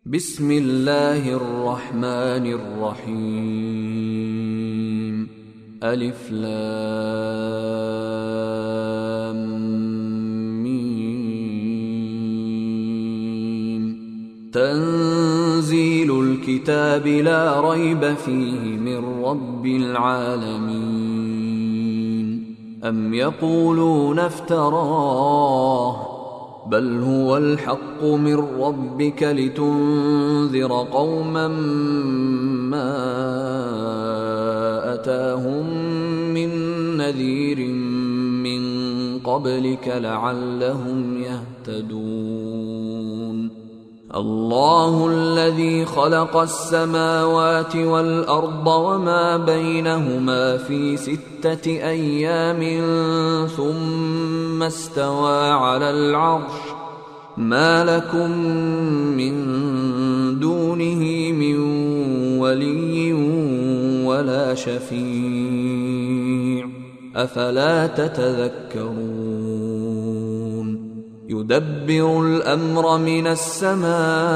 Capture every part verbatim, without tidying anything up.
بسم الله الرحمن الرحيم. ألف لام ميم. تنزيل الكتاب لا ريب فيه من رب العالمين. أم يقولون افتراه بل هو الحق من ربك لتنذر قوما ما أتاهم من نذير من قبلك لعلهم يهتدون. الله الذي خلق السماوات والأرض وما بينهما في ستة أيام ثم استوى على العرش ما لكم من دونه من ولي ولا شفيع أفلا تتذكرون. يدبر الأمر من السماء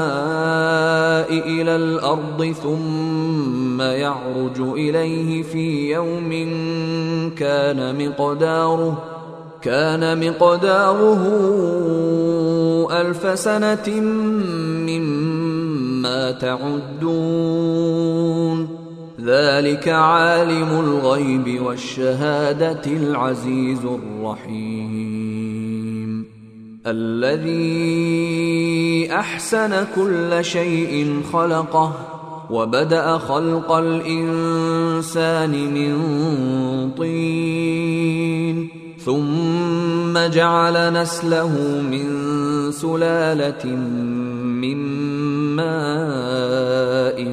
إلى الأرض ثم يعرج إليه في يوم كان مقداره كان مقداره ألف سنة مما تعدون. ذلك عالم الغيب والشهادة العزيز الرحيم. الذي أحسن كل شيء خلقه وبدأ خلق الإنسان من طين ثم جعل نسله من سلالة من ماء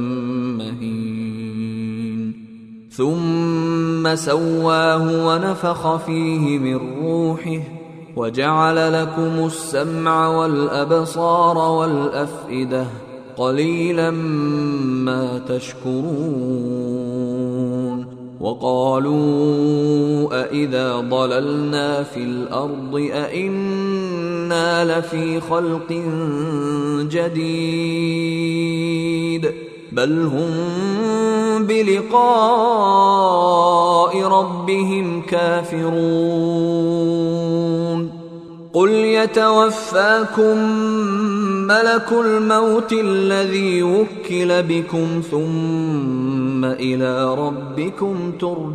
مهين ثم سواه ونفخ فيه من روحه وجعل لكم السمع والأبصار والأفئدة قليلا ما تشكرون. وقالوا أإذا ضللنا في الأرض أإنا لفي خلق جديد بل هم بلقاء ربهم كافرون. قل يتوفاكم ملك الموت الذي وكل بكم ثم إلى ربكم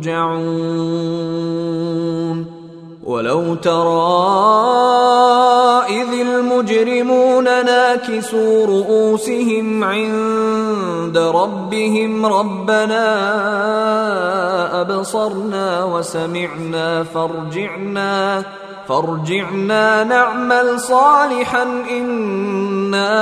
ترجعون. ولو ترى إذ المجرمون ناكسوا رؤوسهم عند ربهم ربنا أبصرنا وسمعنا فارجعنا فارجعنا نعمل صالحا إنا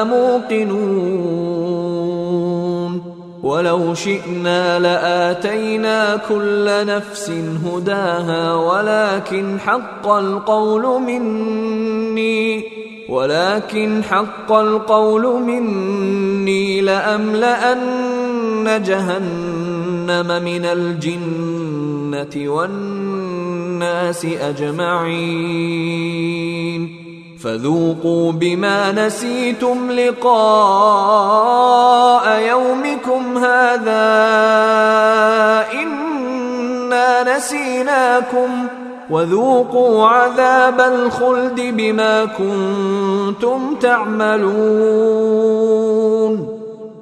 موقنون. ولو شئنا لآتينا كل نفس هداها ولكن حق القول مني ولكن حق القول مني لأملأن جهنم من الجنة والناس أجمعين. فذوقوا بما نسيتم لقاء يومكم هذا إنا نسيناكم وذوقوا عذاب الخلد بما كنتم تعملون.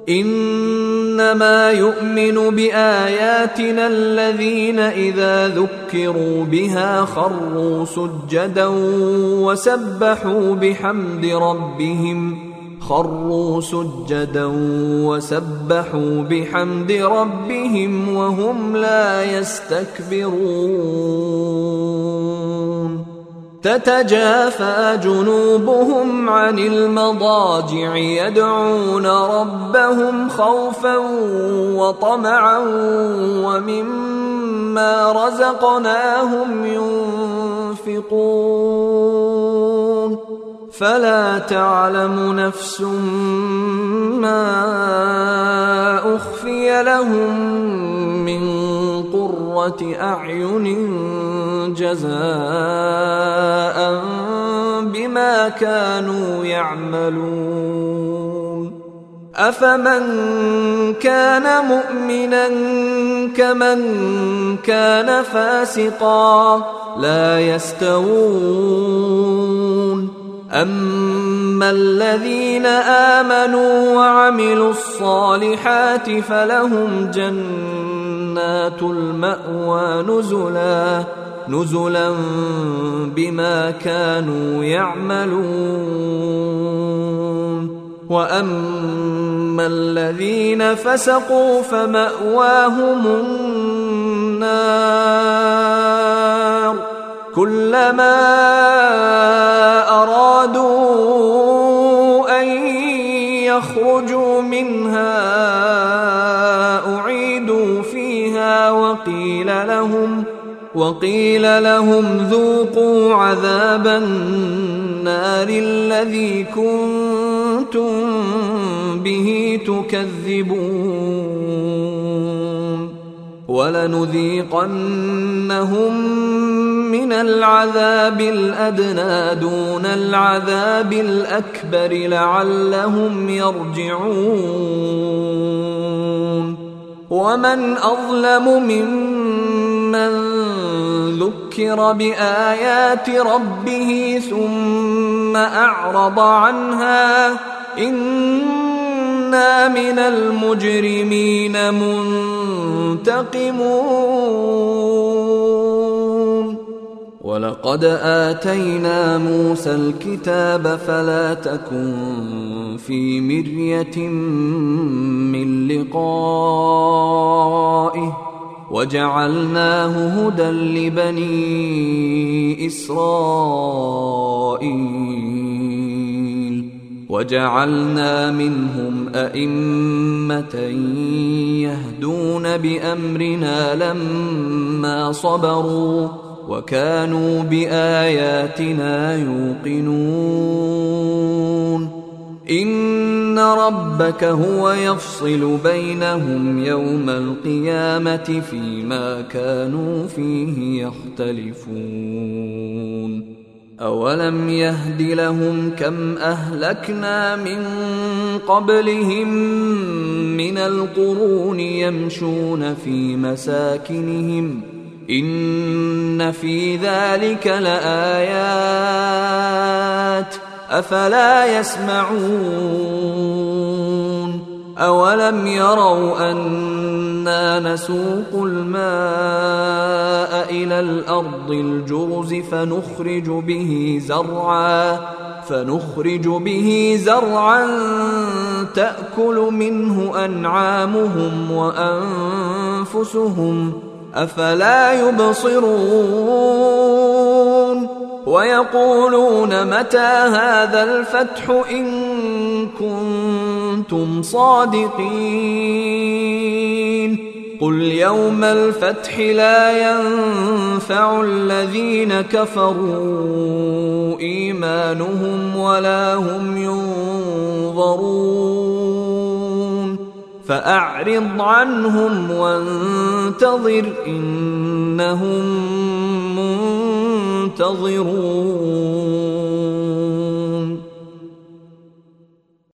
إنما يؤمن بآياتنا الذين إذا ذكروا بها خروا سجدا وسبحوا بحمد ربهم خروا سجدا وسبحوا بحمد ربهم وهم لا يستكبرون. تتجافى جنوبهم عن المضاجع يدعون ربهم خوفا وطمعا ومما رزقناهم ينفقون. فلا تعلم نفس ما أخفي لهم من قرة أعين جزاء بما كانوا يعملون أفمن كان مؤمنا كمن كان فاسقا لا يستوون أما الذين آمنوا وعملوا الصالحات فلهم جنات المأوى نزلا نزلا بما كانوا يعملون وأما الذين فسقوا فمأواهم النار كلما أرادوا أن يخرجوا منها أعيدوا فيها وقيل لهم وقيل لهم ذوقوا عذاب النار الذي كنتم به تكذبون ولنذيقنهم من العذاب الأدنى دون العذاب الأكبر لعلهم يرجعون ومن أظلم ممن ذكر بآيات ربه ثم أعرض عنها إنا من المجرمين منتقمون ولقد آتينا موسى الكتاب فلا تكن في مرية من لقائه وجعلناه هدى لبني إسرائيل وجعلنا منهم أئمة يهدون بأمرنا لما صبروا وكانوا بآياتنا يوقنون إن ربك هو يفصل بينهم يوم القيامة فيما كانوا فيه يختلفون أولم يهد لهم كم أهلكنا من قبلهم من القرون يمشون في مساكنهم إن في ذلك لآيات أفلا يسمعون أولم يروا أنا نسوق الماء إلى الأرض الجرز فنخرج به زرعا فنخرج به زرعا تأكل منه أنعامهم وأنفسهم أفلا يبصرون ويقولون متى هذا الفتح إن كنتم صادقين قل يوم الفتح لا ينفع الذين كفروا إيمانهم ولا هم ينظرون فأعرض عنهم وانتظر إنهم منتظرون